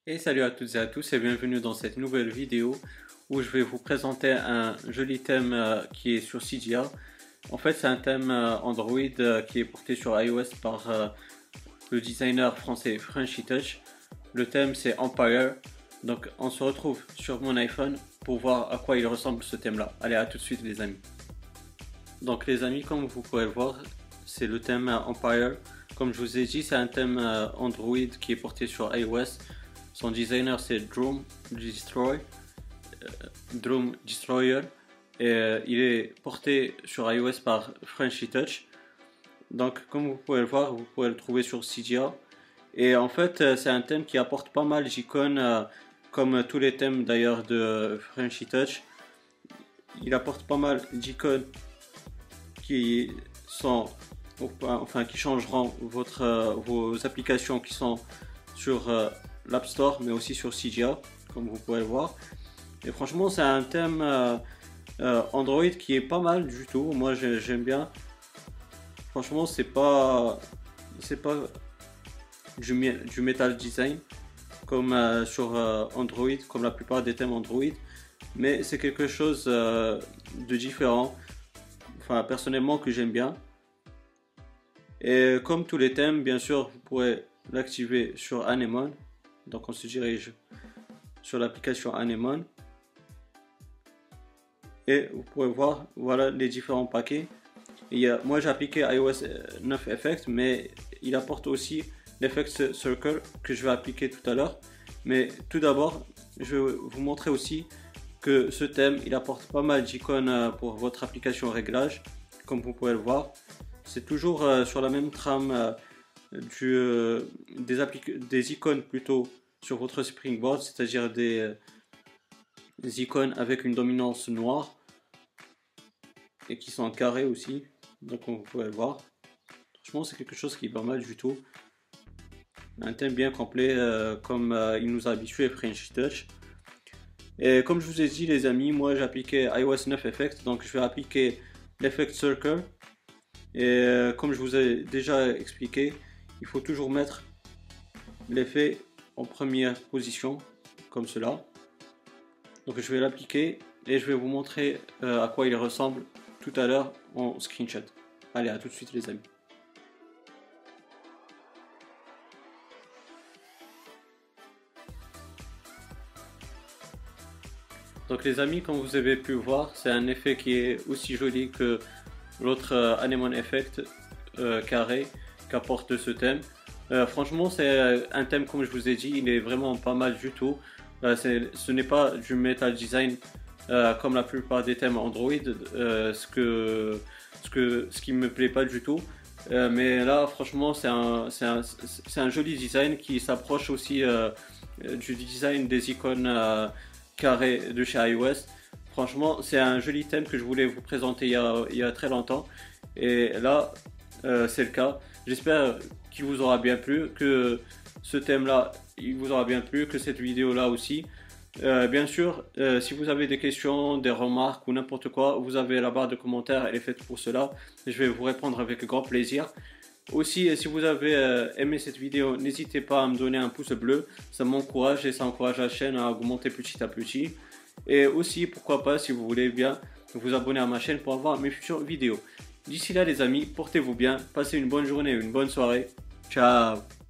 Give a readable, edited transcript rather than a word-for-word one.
Et salut à toutes et à tous et bienvenue dans cette nouvelle vidéo où je vais vous présenter un joli thème qui est sur Cydia. En fait, c'est un thème Android qui est porté sur iOS par le designer français Frenchy Touch. Le thème c'est Empire. Donc on se retrouve sur mon iPhone pour voir à quoi il ressemble ce thème là. Allez, à tout de suite les amis. Donc les amis, comme vous pouvez le voir, c'est le thème Empire. Comme je vous ai dit, c'est un thème Android qui est porté sur iOS. Son designer c'est Drone Destroyer et il est porté sur iOS par Frenchy Touch. Donc comme vous pouvez le voir, vous pouvez le trouver sur Cydia. Et en fait c'est un thème qui apporte pas mal d'icônes comme tous les thèmes d'ailleurs de Frenchy Touch. Il apporte pas mal d'icônes qui sont qui changeront vos applications qui sont sur l'App Store mais aussi sur Cydia comme vous pouvez le voir. Et franchement c'est un thème Android qui est pas mal du tout. Moi j'aime bien. Franchement c'est pas du metal design comme sur Android, comme la plupart des thèmes Android, mais c'est quelque chose de différent. Enfin personnellement que j'aime bien. Et comme tous les thèmes, bien sûr, vous pourrez l'activer sur Anemone. Donc on se dirige sur l'application Anemone. Et vous pouvez voir, voilà les différents paquets. Moi j'ai appliqué iOS 9 Effect, mais il apporte aussi l'Effect Circle que je vais appliquer tout à l'heure. Mais tout d'abord, je vais vous montrer aussi que ce thème, il apporte pas mal d'icônes pour votre application réglage, comme vous pouvez le voir. C'est toujours sur la même trame des icônes plutôt sur votre Springboard, c'est-à-dire des icônes avec une dominance noire et qui sont carrées aussi, donc vous pouvez le voir. Franchement c'est quelque chose qui est pas mal du tout. Un thème bien complet comme il nous a habitué Frenchy Touch. Et comme je vous ai dit les amis, moi j'ai appliqué iOS 9 Effect, donc je vais appliquer l'Effect Circle. Et comme je vous ai déjà expliqué, il faut toujours mettre l'effet en première position, comme cela. Donc je vais l'appliquer et je vais vous montrer à quoi il ressemble tout à l'heure en screenshot. Allez, à tout de suite les amis. Donc les amis, comme vous avez pu voir, c'est un effet qui est aussi joli que l'autre Anemone Effect carré qu'apporte ce thème. Franchement c'est un thème, comme je vous ai dit, il est vraiment pas mal du tout. Ce n'est pas du metal design comme la plupart des thèmes Android, ce qui me plaît pas du tout. Mais là franchement c'est un joli design qui s'approche aussi du design des icônes carrées de chez iOS. Franchement, c'est un joli thème que je voulais vous présenter il y a très longtemps. Et là, c'est le cas. J'espère qu'il vous aura bien plu, que ce thème-là, il vous aura bien plu, que cette vidéo-là aussi. Bien sûr, si vous avez des questions, des remarques ou n'importe quoi, vous avez la barre de commentaires, elle est faite pour cela. Je vais vous répondre avec grand plaisir. Aussi, si vous avez aimé cette vidéo, n'hésitez pas à me donner un pouce bleu. Ça m'encourage et ça encourage la chaîne à augmenter petit à petit. Et aussi, pourquoi pas, si vous voulez bien, vous abonner à ma chaîne pour avoir mes futures vidéos. D'ici là les amis, portez-vous bien, passez une bonne journée, une bonne soirée. Ciao.